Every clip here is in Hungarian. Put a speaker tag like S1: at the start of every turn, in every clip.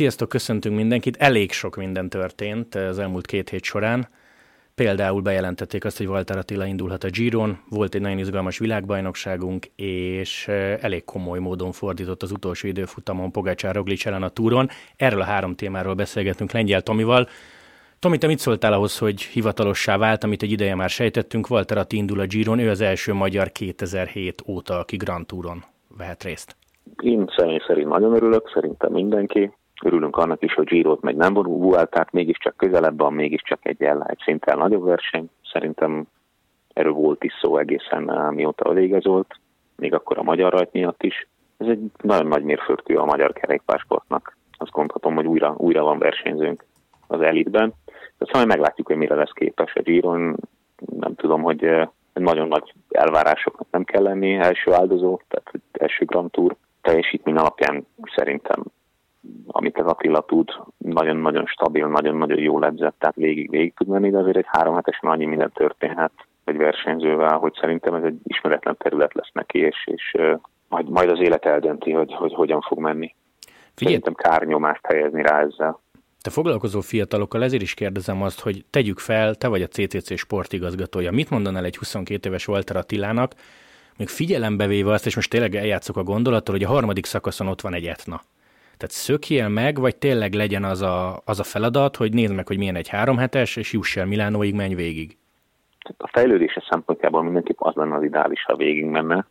S1: sziasztok, köszöntünk mindenkit. Elég sok minden történt az elmúlt 2 hét során. Például bejelentették azt, hogy Walter Attila indulhat a Giron, volt egy nagyon izgalmas világbajnokságunk, és elég komoly módon fordított az utolsó időfutamon Pogačar Roglič ellen a túron. Erről a 3 témáról beszélgetünk Lengyel Tomival. Tomi, te mit szóltál ahhoz, hogy hivatalossá vált, amit egy ideje már sejtettünk, Walter Attila indul a Giron, ő az első magyar 2007 óta, aki Grand Touron vehet részt.
S2: Én személy szerint nagyon örülök, szerintem mindenki. Örülünk annak is, hogy Girot meg nem vonul, tehát mégiscsak közelebb van, mégiscsak egy szinten nagyobb verseny. Szerintem erről volt is szó egészen mióta végezolt, még akkor a magyar rajt miatt is. Ez egy nagyon nagy mérföldkő a magyar kerékpársportnak. Azt gondolhatom, hogy újra van versenyzőnk az elitben. Szóval meglátjuk, hogy mire lesz képes a Giron. Nem tudom, hogy nagyon nagy elvárásoknak nem kell lenni első áldozó, tehát első Grand Tour teljesítmény alapján szerintem, amit az Attila tud, nagyon-nagyon stabil, nagyon-nagyon jól edzett, tehát végig tud menni, de azért egy 3 hetesen annyi minden történhet egy versenyzővel, hogy szerintem ez egy ismeretlen terület lesz neki, és majd az élet eldönti, hogy hogyan fog menni. Szerintem kár nyomást helyezni rá ezzel.
S1: Te foglalkozó fiatalokkal, ezért is kérdezem azt, hogy tegyük fel, te vagy a CCC sportigazgatója. Mit mondanál egy 22 éves Walter Attilának, még figyelembe véve azt, és most tényleg eljátszok a gondolattól, hogy a 3. szakaszon ott van egy Etna. Tehát szökjél meg, vagy tényleg legyen az a feladat, hogy nézd meg, hogy milyen egy 3 hetes, és juss el Milánóig, menj végig.
S2: A fejlődése szempontjából mindenképp az lenne az ideális, ha végig menne,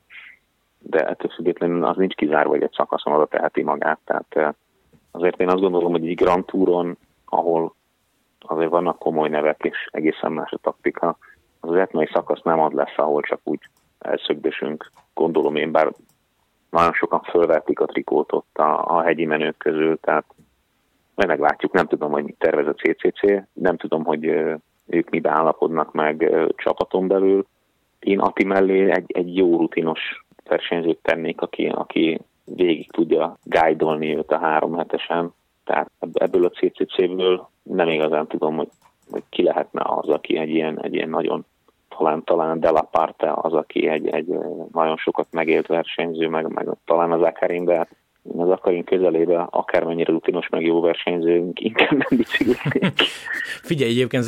S2: de ettől függetlenül az nincs kizárva, hogy egy szakaszon oda teheti magát. Tehát azért én azt gondolom, hogy egy Grand Touron, ahol azért vannak komoly nevek, és egészen más a taktika, az etnai szakasz nem az lesz, ahol csak úgy elszögdösünk. Gondolom én, bár nagyon sokan fölvették a trikót ott a hegyi menők közül, tehát majd meglátjuk, nem tudom, hogy mit tervez a CCC, nem tudom, hogy ők mibe állapodnak meg csapaton belül. Én Ati mellé egy jó rutinos versenyzőt tennék, aki végig tudja guide-olni őt a 3 hetesen, tehát ebből a CCC-ből nem igazán tudom, hogy ki lehetne az, aki egy ilyen nagyon talán Delaparte az, aki egy nagyon sokat megélt versenyző, meg talán az Zakarin, de az Zakarin közelében akármennyire rutinos, meg jó versenyzőnk, inkább nem biciklizik.
S1: Figyelj, egyébként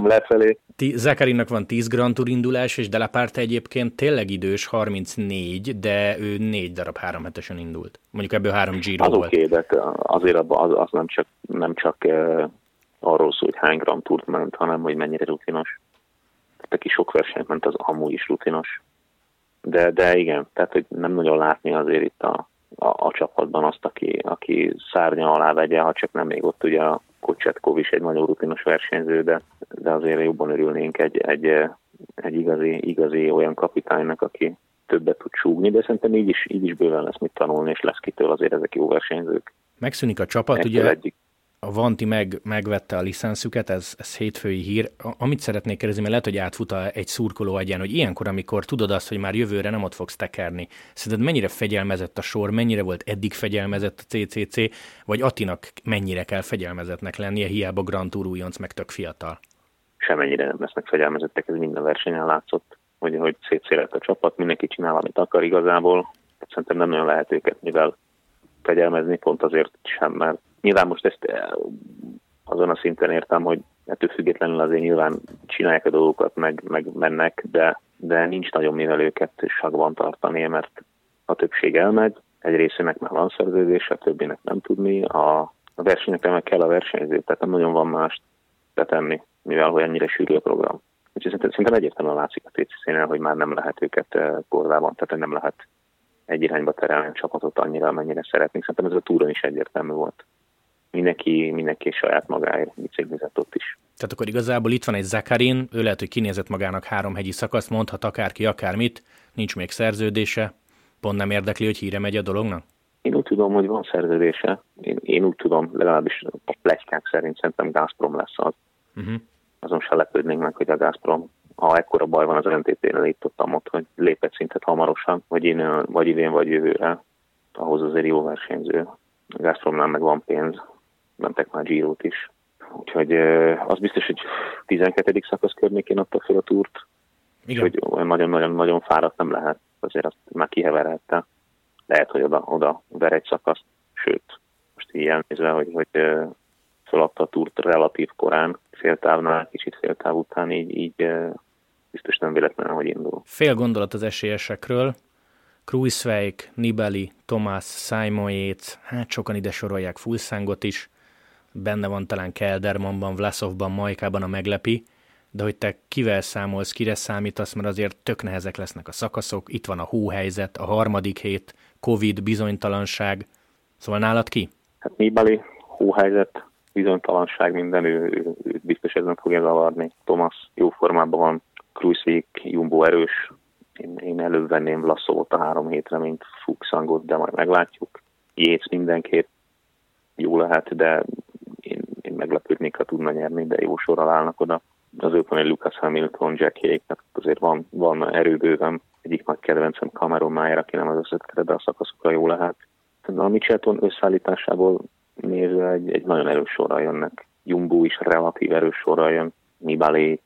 S1: Zakarinnak van 10 Grand Tour indulás, és Delaparte egyébként tényleg idős, 34, de ő 4 darab 3 hetesen indult. Mondjuk ebből 3 Giro volt.
S2: Oké, de azért az nem csak arról szól, hogy hány Grand Tourt ment, hanem hogy mennyire rutinos. Aki sok versenyt ment, az amúgy is rutinos. De igen, tehát hogy nem nagyon látni azért itt a csapatban azt, aki szárnya alá vegye, ha csak nem még ott ugye a Kocsetkov is egy nagyon rutinos versenyző, de azért jobban örülnénk egy igazi olyan kapitánynak, aki többet tud súgni, de szerintem így is bőven lesz mit tanulni, és lesz kitől azért ezek jó versenyzők.
S1: Megszűnik a csapat, ugye a Vanti megvette a licenszüket, ez hétfői hír. Amit szeretnék kérdezni, mert lehet, hogy átfut egy szurkoló agyen, hogy ilyenkor, amikor tudod azt, hogy már jövőre nem ott fogsz tekerni, szerinted mennyire fegyelmezett a sor, mennyire volt eddig fegyelmezett a CCC, vagy Attinak mennyire kell fegyelmezettnek lennie, hiába Grand Tour újonc, meg tök fiatal?
S2: Semennyire nem lesznek fegyelmezettek, ez minden versenyen látszott, hogy szétszélett a csapat, mindenki csinál, amit akar igazából. Szerintem nem nagyon lehet őket mivel fegyelmezni, pont azért sem, mert nyilván most ezt azon a szinten értem, hogy ettől függetlenül azért nyilván csinálják a dolgokat, meg mennek, de nincs nagyon mivel őket sakban tartani, mert a többség elmegy, egy részének már van szerződése, a többinek nem tudni, a versenyekre meg kell a versenyző, tehát nem nagyon van mást betenni, mivel hogy ennyire sűrű a program. Úgyhogy szerintem egyértelműen látszik a TCC-nél, hogy már nem lehet őket kordában, tehát nem lehet egy irányba terelni a csapatot annyira, amennyire szeretnénk. Szerintem ez a túron is egyértelmű volt. Mindenki saját magáért biciklizett ott is.
S1: Tehát akkor igazából itt van egy Zakarin, ő lehet, hogy kinézett magának 3 hegyi szakaszt, mondhat akárki akármit, nincs még szerződése, pont nem érdekli, hogy híre megy a dolognak?
S2: Én úgy tudom, hogy van szerződése. Én úgy tudom, legalábbis a pletykák szerint szerintem Gazprom lesz az. Azon se lepődnénk meg, hogy a Gazprom, ha ekkora baj van az NTT-nél, itt tudtam ott, hogy lépett szintet hamarosan, vagy idén, vagy jövőre, ahhoz azért jó versenyző. A Gazpromnál meg van pénz, mentek már Girót is. Úgyhogy az biztos, hogy 12. szakasz környékén adta fel a túrt, és hogy nagyon-nagyon fáradt nem lehet, azért azt már kiheverhette. Lehet, hogy oda ver egy szakaszt, sőt, most így elnézve, hogy feladta a túrt relatív korán, féltávnál, kicsit féltáv után, így biztos nem véletlenül, hogy indul.
S1: Fél gondolat az esélyesekről. Kruijswijk, Nibali, Thomas, Simon Yates, hát sokan ide sorolják Fuglsangot is, benne van talán Keldermanban, Vlasovban, Majkában a meglepi, de hogy te kivel számolsz, kire számítasz, mert azért tök nehezek lesznek a szakaszok, itt van a hóhelyzet, a harmadik hét, Covid, bizonytalanság, szóval nálad ki?
S2: Hát Nibali, hóhelyzet, bizonytalanság, minden, ő biztos ez nem fogja zavarni. Thomas jó formában van, Kruijswijk, Jumbo erős, én előbb venném Vlasovot a 3 hétre, mint Fuglsangot, de majd meglátjuk. Yates mindenképp jó lehet, de én meglepődnék, ha tudna nyerni, de jó sorral állnak oda. Az ők van egy Lucas Hamilton, Jack Hague, azért van erőbőven. Egyik nagy kedvencem Cameron Mayer, aki nem az összetkere, de a szakaszokra jó lehet. A Mitchelton összeállításából nézve egy nagyon erős sorral jönnek. Jumbo is relatív erős sorral jön, Nibali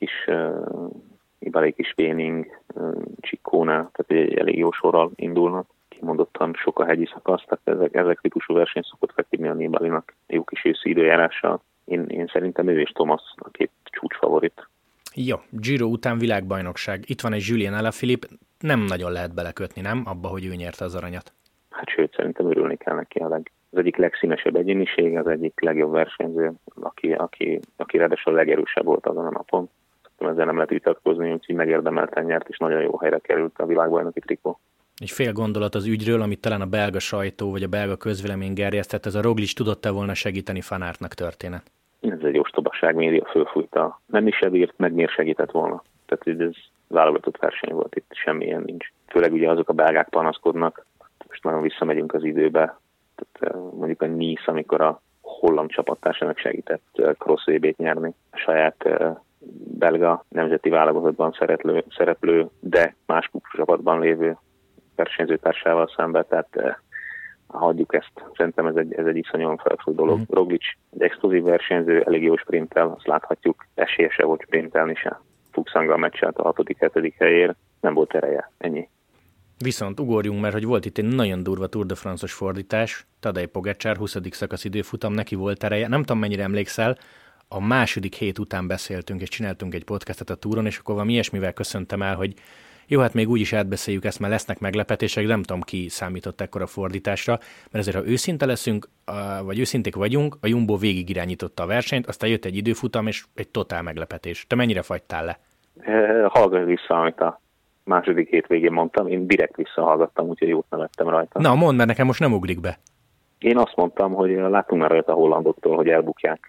S2: is Véning, Ciccone, tehát egy elég jó sorral indulnak. Kimondottan sok a hegyi szakasz, tehát ezek típusú verseny szokott feküdni a Nibalinak jó kis őszi időjárással. Én szerintem ő és Thomas a két csúcsfavorit.
S1: Jó, Giro után világbajnokság. Itt van egy Julien Alaphilippe, nem nagyon lehet belekötni, nem? Abba, hogy ő nyerte az aranyat. Hát
S2: sőt, szerintem örülni kell neki az egyik legszínesebb egyéniség, az egyik legjobb versenyző, aki ráadásul a legerősebb volt azon a napon. Ezzel nem lehet vitatkozni, úgyhogy megérdemelten nyert, és nagyon jó helyre került a világbajnoki trikó.
S1: Egy fél gondolat az ügyről, amit talán a belga sajtó vagy a belga közvélemény gerjesztett, ez a Roglic tudott-e volna segíteni Van Aertnak történet?
S2: Ez egy ostobaság, média fölfújta. Nem is bírt, meg miért segített volna. Tehát ez válogatott verseny volt, itt semmilyen nincs. Főleg ugye azok a belgák panaszkodnak, most nagyon visszamegyünk az időbe. Tehát mondjuk a Nice, amikor a holland csapattársának segített cross VB-t nyerni. A saját belga nemzeti válogatottban szereplő, de más csapatban lévő versenyzőtársával szemben, tehát hagyjuk ezt. Szerintem ez egy iszonyúan felfújt dolog. Roglic egy exkluzív versenyző, elég jó sprintel, azt láthatjuk, esélyese volt sprintelni se. Fuglsanggal meccselt a 6.-7. helyért, nem volt ereje, ennyi.
S1: Viszont ugorjunk, mert hogy volt itt egy nagyon durva Tour de France-os fordítás, Tadej Pogačar 20. szakasz időfutam, neki volt ereje, nem tudom mennyire emlékszel, a második hét után beszéltünk, és csináltunk egy podcastet a túron, és akkor valami ilyesmivel köszöntem el, hogy jó, hát még úgyis átbeszéljük ezt, mert lesznek meglepetések, nem tudom, ki számított ekkor a fordításra, mert azért, ha őszinte leszünk, vagy őszinték vagyunk, a Jumbo végig irányította a versenyt, aztán jött egy időfutam, és egy totál meglepetés. Te mennyire fagytál le?
S2: Hallgass vissza, amit a második hét végén mondtam, én direkt visszahallgattam, úgyhogy jót nevettem rajta.
S1: Na, mondd, mert nekem most nem ugrik be.
S2: Én azt mondtam, hogy látunk már rajta a hollandoktól, hogy elbukják.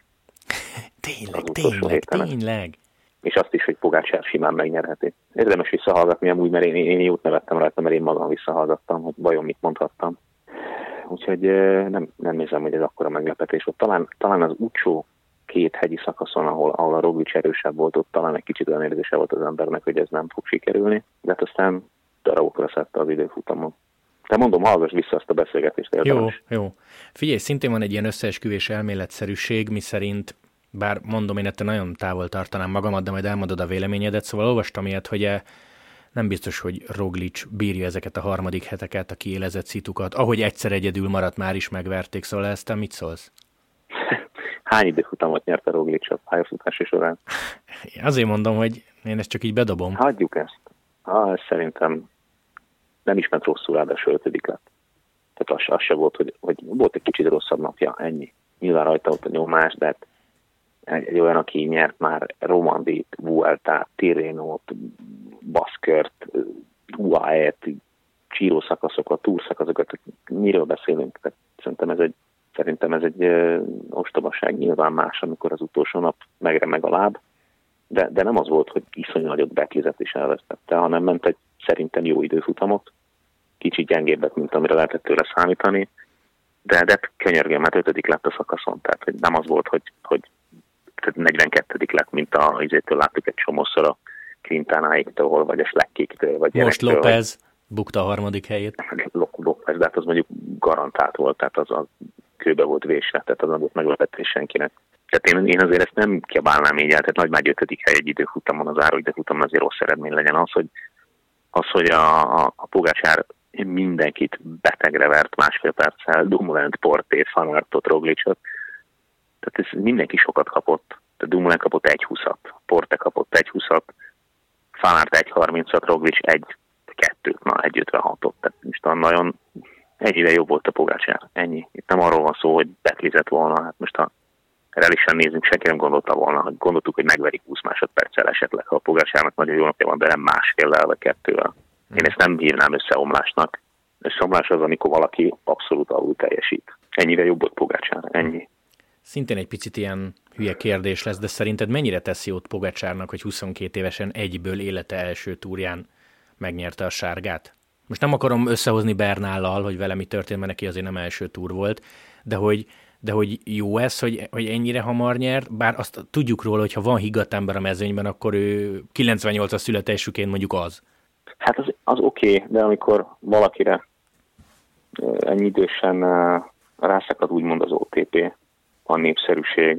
S1: Tényleg.
S2: És azt is, hogy Pogačar simán megnyerheti. Érdemes visszahallgatni amúgy, mert én jót nevettem rajta, mert én magam visszahallgattam, hogy vajon mit mondhattam. Úgyhogy nem nézem, hogy ez akkora meglepetés volt. Talán az utcsó 2 hegyi szakaszon, ahol a Roglic erősebb volt, ott talán egy kicsit olyan érzése volt az embernek, hogy ez nem fog sikerülni, de hát aztán darabokra szedte az időfutamon. De mondom, hallgass vissza azt a beszélgetést. Érdemes.
S1: Jó. Figyelj, szintén van egy ilyen összeesküvés elméletszerűség, miszerint bár mondom, én ettől nagyon távol tartanám magamat, de majd elmondod a véleményedet, szóval olvastam ilyet, hogy nem biztos, hogy Roglic bírja ezeket a harmadik heteket, a kiélezett szitukat, ahogy egyszer egyedül maradt, már is megverték, szóval ezt te mit szólsz?
S2: Hány időfutamot nyert a Roglic a pályafutása során?
S1: Azért mondom, hogy én ezt csak így bedobom.
S2: Hagyjuk ezt. Ez szerintem nem is ment rosszul, ráadásul 5. lett. Tehát az se volt, hogy volt egy kicsit rosszabb napja, ennyi. Nyilván rajta ott a nyomás, de hát egy olyan, aki nyert már Romandit, Vueltát, Tirrenót, Baszkört, UAE-t, Giro szakaszokat, Tour szakaszokat, miről beszélünk? Szerintem ez egy ostobaság, nyilván más, amikor az utolsó nap megremeg a láb, de nem az volt, hogy iszonyú nagyot bekizett és elvesztette, hanem ment egy szerintem jó időfutamot, kicsit gyengébbet, mint amire lehetett tőle számítani, de könyörgöm, mert 5. lett a szakaszon, tehát hogy nem az volt, hogy 42. lett, mint izétől láttuk egy csomószor a Quintanáiktól, vagy a Schleckiktől, vagy
S1: most López bukta a harmadik helyét.
S2: López, de hát az mondjuk garantált volt, tehát az kőbe volt vésve, tehát az nem volt meglepetés senkinek. Tehát én azért ezt nem kiabálnám így el, tehát nagy már 5. hely egy időfutamon, az áró időfutamon azért rossz eredmény legyen az, hogy a Pogačar mindenkit betegre vert másfél perccel, Dumoulin, Portét, Van Aertot, Roglicot. Tehát ez mindenki sokat kapott. Tehát Dumoulin kapott 1.20-at, Porte kapott 1.20-at, Van Aert 1.30-at, Roglic 1.56-ot. Tehát most nagyon egyre jobb volt a Pogačar. Ennyi. Itt nem arról van szó, hogy betlizett volna. Hát most ha reálisan nézzünk, senki nem gondolta volna, hogy gondoltuk, hogy megverik 20 másodperccel esetleg, ha a Pogačarnak nagyon jó napja van, de nem másféllel vagy kettővel. Én ezt nem hívnám összeomlásnak. Összeomlás az, amikor valaki abszolút alul teljesít. Ennyire jobb volt Pogačar, ennyi.
S1: Szintén egy picit ilyen hülye kérdés lesz, de szerinted mennyire teszi jót Pogačarnak, hogy 22 évesen egyből élete első túrján megnyerte a sárgát? Most nem akarom összehozni Bernállal, hogy vele mi történt, mert neki azért nem első túr volt, de hogy jó ez, hogy ennyire hamar nyert, bár azt tudjuk róla, hogy ha van higgadt ember a mezőnyben, akkor ő 98-as születésüként mondjuk az. Hát
S2: az oké, de amikor valakire ennyi idősen rászakad úgymond az OTP, a népszerűség,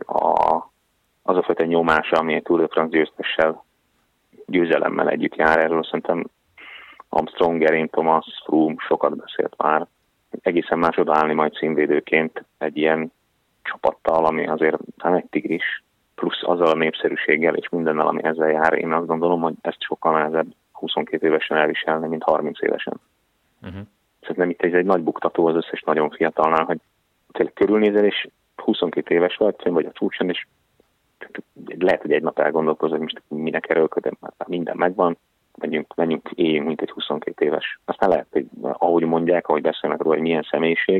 S2: az a fajta nyomása, ami egy Tour de France győztessel, győzelemmel együtt jár, erről szerintem Armstrong, Geraint Thomas, Froome sokat beszélt már. Egészen más odaállni majd címvédőként egy ilyen csapattal, ami azért nem egy tigris, plusz azzal a népszerűséggel és mindennel, ami ezzel jár. Én azt gondolom, hogy ezt sokkal nehezebb 22 évesen elviselni, mint 30 évesen. Szerintem itt egy nagy buktató az összes nagyon fiatalnál, hogy tényleg körülnézel, és 22 éves vagy a csúcson, és lehet, hogy egy nap elgondolkozol, hogy most minek erőlködöm, mert minden megvan, menjünk, éljünk, mint egy 22 éves. Aztán lehet, hogy ahogy mondják, ahogy beszélnek róla, hogy milyen személyiség,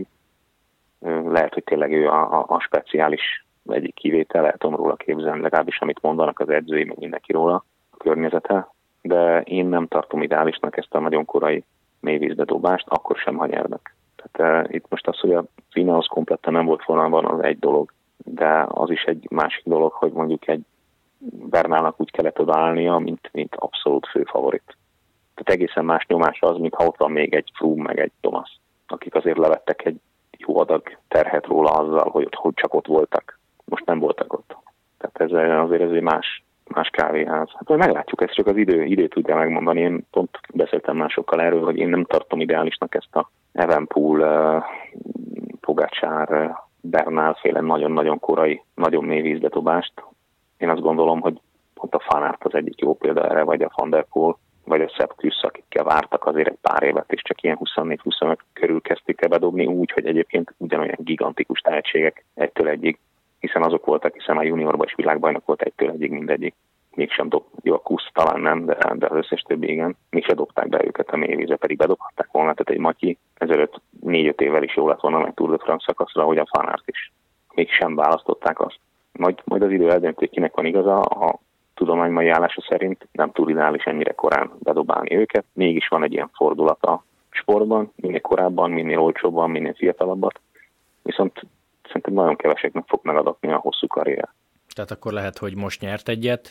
S2: lehet, hogy tényleg ő a speciális egyik kivétel, lehet tudom róla képzelni, legalábbis amit mondanak az edzői, meg mindenki róla, a környezete, de én nem tartom ideálisnak ezt a nagyon korai mélyvízbe dobást, akkor sem, ha nyernek. Tehát itt most az, hogy a Ineos kompletten nem volt volna, az egy dolog, de az is egy másik dolog, hogy mondjuk egy Bernálnak úgy kellett odaállnia, mint abszolút főfavorit. Tehát egészen más nyomás az, mint ha ott van még egy Froome, meg egy Thomas, akik azért levettek egy jó adag terhet róla azzal, hogy csak ott voltak. Most nem voltak ott. Tehát ez egy más kávéház. Hát majd meglátjuk, ezt csak az idő tudja megmondani. Én pont beszéltem másokkal erről, hogy én nem tartom ideálisnak ezt a Evenepoel, Pogačar, Bernal féle nagyon-nagyon korai, nagyon mély vízdedobást. Én azt gondolom, hogy pont a Van Aert az egyik jó példa erre, vagy a Van der Poel, vagy a Sepp Kuss, akikkel vártak azért egy pár évet, és csak ilyen 24-25 körül kezdték el bedobni, úgy, hogy egyébként ugyanolyan gigantikus tehetségek egytől egyig, hiszen azok voltak, hiszen a juniorban is világbajnok volt egytől egyig mindegyik. Mégsem jó, a Kuss talán nem, de az összes többi igen. Mégsem dobták be őket a mélyvízre, pedig bedobhatták volna. Tehát egy Matyi ezelőtt 4-5 évvel is jó lett volna meg Tour de France szakaszra, hogy a Van Aert is. Mégsem választották azt. Majd az idő eldönti, kinek van igaza, a tudomány mai állása szerint nem túl ideális ennyire korán bedobálni őket. Mégis van egy ilyen fordulat a sportban, minél korábban, minél olcsóbban, minél fiatalabbat. Viszont szerintem nagyon keveseknek fog megadatni a hosszú karrier.
S1: Tehát akkor lehet, hogy most nyert egyet,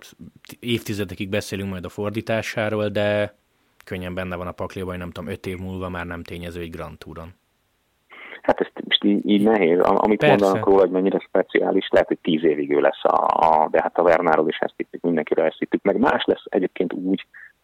S1: évtizedekig beszélünk majd a fordításáról, de könnyen benne van a pakliban, hogy nem tudom, 5 év múlva már nem tényező egy Grand Touron.
S2: Hát ez most így nehéz. Amit persze mondanak róla, hogy mennyire speciális, lehet, hogy 10 évig ő lesz, de hát a Vernáról is ezt hittük, mindenkire ezt hittük. Meg más lesz egyébként úgy,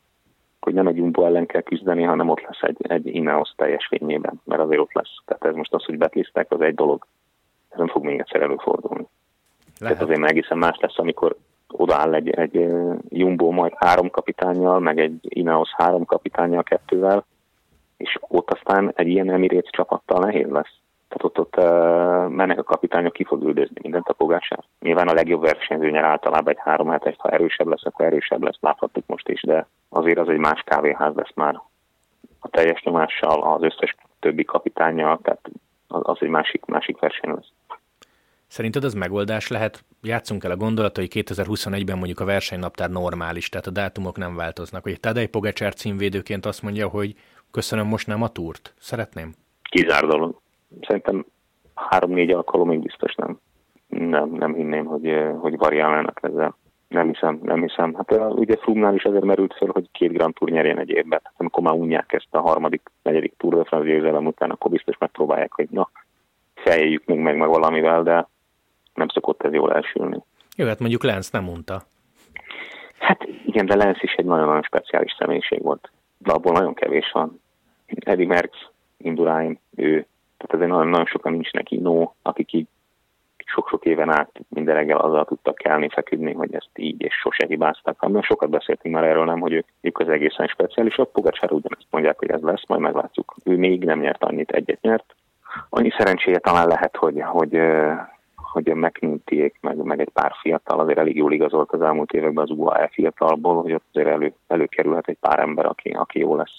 S2: hogy nem egy Jumbo ellen kell küzdeni, hanem ott lesz egy Ineos teljes fényében, mert azért ott lesz. Tehát ez most az, hogy betlisztek, az egy dolog. Ez nem fog még egyszer előfordulni. Tehát azért már egészen más lesz, amikor odaáll egy Jumbo majd 3 kapitánnyal, meg egy Ineos 3 kapitánnyal, 2-vel, és ott aztán egy ilyen Emirates csapattal nehéz lesz. Tehát ott mennek a kapitányok, ki fog üldözni mindent a Pogačar. Nyilván a legjobb versenyző nyer általában egy 3 hetes, ha erősebb lesz, akkor erősebb lesz, láthattuk most is, de azért az egy más kávéház lesz már a teljes nyomással, az összes többi kapitánnyal, tehát az egy másik verseny lesz.
S1: Szerinted ez megoldás lehet? Játszunk el a gondolat, hogy 2021-ben mondjuk a versenynaptár normális, tehát a dátumok nem változnak. Hogy Tadej Pogačar címvédőként azt mondja, hogy köszönöm, most nem a túrt. Szeretném?
S2: Kizár dolog. Szerintem 3-4 alkalomig biztos nem. Nem hinném, hogy variálnának ezzel. Nem hiszem. Hát ugye Froome-nál is azért merült fel, hogy 2 Grand Tour nyerjen egy évben. Hát, amikor már unják ezt a 3.-4. Tour de France győzelem után, akkor biztos megpróbálják, hogy feljéljük még meg valamivel, de nem szokott ez jól elsülni.
S1: Jó, hát mondjuk Lance nem mondta.
S2: Hát igen, de Lance is egy nagyon-nagyon speciális személyiség volt. De abból nagyon kevés van. Eddy Merckx, Indurain, ő. Tehát azért nagyon sokan nincsenek Inó, akik így sok-sok éven át minden reggel azzal tudtak kelni, feküdni, hogy ezt így és sose hibáztak. Hanem sokat beszéltünk már erről, nem, hogy ők az egészen speciális. A Pogačar ugyanezt mondják, hogy ez lesz, majd meglátjuk. Ő még nem nyert annyit, egyet nyert. Annyi szerencséje talán lehet, hogy a McNultyék, meg egy pár fiatal azért elég jól igazolt az elmúlt években az UAE fiatalból, hogy ott azért előkerülhet egy pár ember, aki jó lesz,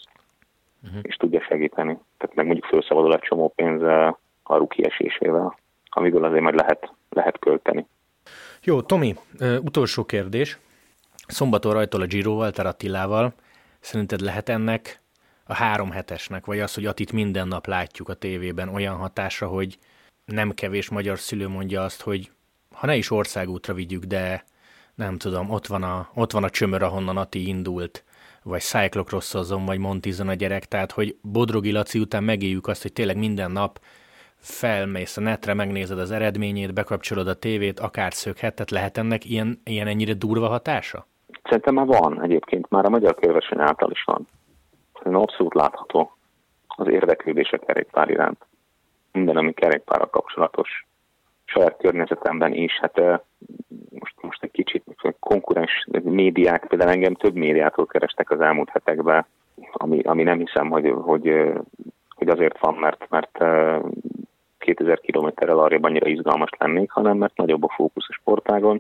S2: és tudja segíteni. Tehát meg mondjuk felszabadul egy csomó pénz a rookie esésével, amiből azért majd lehet költeni.
S1: Jó, Tomi, utolsó kérdés. Szombaton rajtol a Giro Walter Attilával. Szerinted lehet ennek a 3 hetesnek, vagy az, hogy Attit minden nap látjuk a tévében, olyan hatása, hogy nem kevés magyar szülő mondja azt, hogy ha ne is országútra vigyük, de nem tudom, ott van a csömör, ahonnan Atti indult, vagy cyclocrossozom, vagy montizon a gyerek, tehát hogy Bodrogi Laci után megéljük azt, hogy tényleg minden nap felmész a netre, megnézed az eredményét, bekapcsolod a tévét, akár szökhet, tehát lehet ennek ilyen ennyire durva hatása?
S2: Szerintem már van egyébként, már a magyar körverseny által is van. Szerintem abszolút látható az érdeklődés a kerékpár iránt. Minden, ami kerékpárral kapcsolatos. Saját környezetemben is, hát most egy kicsit konkurens médiák, például engem több médiától kerestek az elmúlt hetekben, ami nem hiszem, hogy azért van, mert 2000 kilométerrel arrébb annyira izgalmas lennék, hanem mert nagyobb a fókusz a sportágon,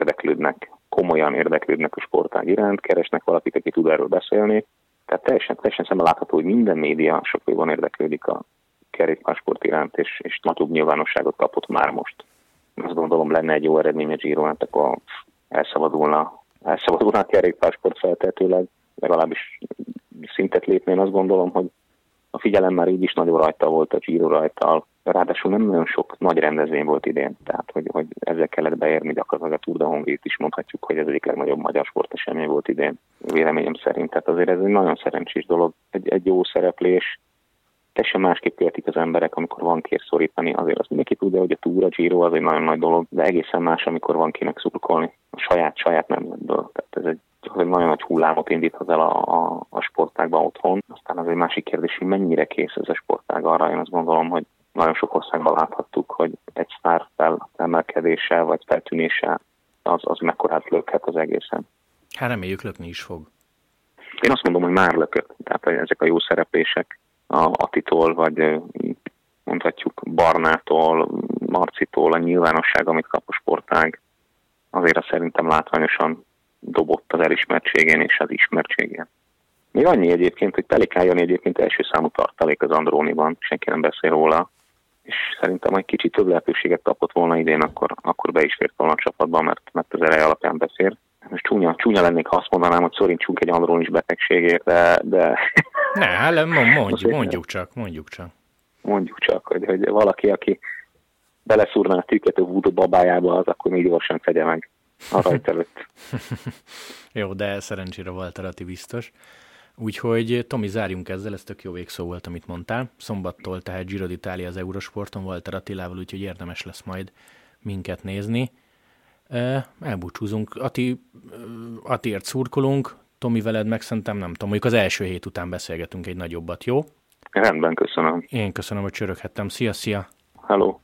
S2: komolyan érdeklődnek a sportág iránt, keresnek valakit, aki tud erről beszélni. Tehát teljesen szemben látható, hogy minden média sokkal érdeklődik a kerékpársport iránt, és nagyobb nyilvánosságot kapott már most. Azt gondolom, lenne egy jó eredmény a Giron, akkor elszabadulna a kerékpársport feltehetőleg, legalábbis szintet lépnén. Azt gondolom, hogy a figyelem már így is nagyon rajta volt a Giro rajta, ráadásul nem nagyon sok nagy rendezvény volt idén, tehát hogy ezzel kellett beérni, gyakorlatilag a Tour de Hongrie-t is mondhatjuk, hogy ez egyik legnagyobb magyar sportesemény volt idén, véleményem szerint. Tehát azért ez egy nagyon szerencsés dolog, egy jó szereplés. Teljesen másképp követik az emberek, amikor van kér szorítani. Azért azt mindenki tudja, hogy a Tour, a Giro az egy nagyon nagy dolog, de egészen más, amikor van kinek szurkolni. A saját nemzetből. Tehát ez egy nagyon nagy hullámot indíthat el a sportágban otthon. Aztán az egy másik kérdés, hogy mennyire kész ez a sportág arra. Én azt gondolom, hogy nagyon sok országban láthattuk, hogy egy sztár felemelkedése vagy feltűnése az mekkorát lökhet az egészen.
S1: Hát reméljük lökni is fog.
S2: Én azt mondom, hogy már lökött. Tehát ezek a jó szereplések a Attitól, vagy mondhatjuk Barnától, Marcitól, a nyilvánosság, amit kap a sportág, azért azt szerintem látványosan dobott az elismertségén és az ismertségén. Még annyi egyébként, hogy Pelikán Jani egyébként első számú tartalék az Andróniban, senki nem beszél róla, és szerintem egy kicsit több lehetőséget kapott volna idén, akkor be is fért volna a csapatba, mert az ereje alapján beszél. Most csúnya lennék, ha azt mondanám, hogy szorítsunk egy andrónis betegségért, de...
S1: Ne, mondjuk csak.
S2: Mondjuk csak, hogy valaki, aki beleszúrná a tüket a voodoo babájába, az akkor még gyorsan tegye meg a rajt előtt.
S1: Jó, de szerencsére Walter Atti biztos. Úgyhogy Tomi, zárjunk ezzel, ez tök jó végszó volt, amit mondtál. Szombattól tehát Giro d'Italia az Eurosporton Walter Attilával, úgyhogy érdemes lesz majd minket nézni. Elbúcsúzunk. Attiért szurkolunk, Tomi, veled meg szerintem nem tudom, mondjuk az első hét után beszélgetünk egy nagyobbat, jó?
S2: Rendben, köszönöm.
S1: Én köszönöm, hogy csöröghettem. Szia!
S2: Hello!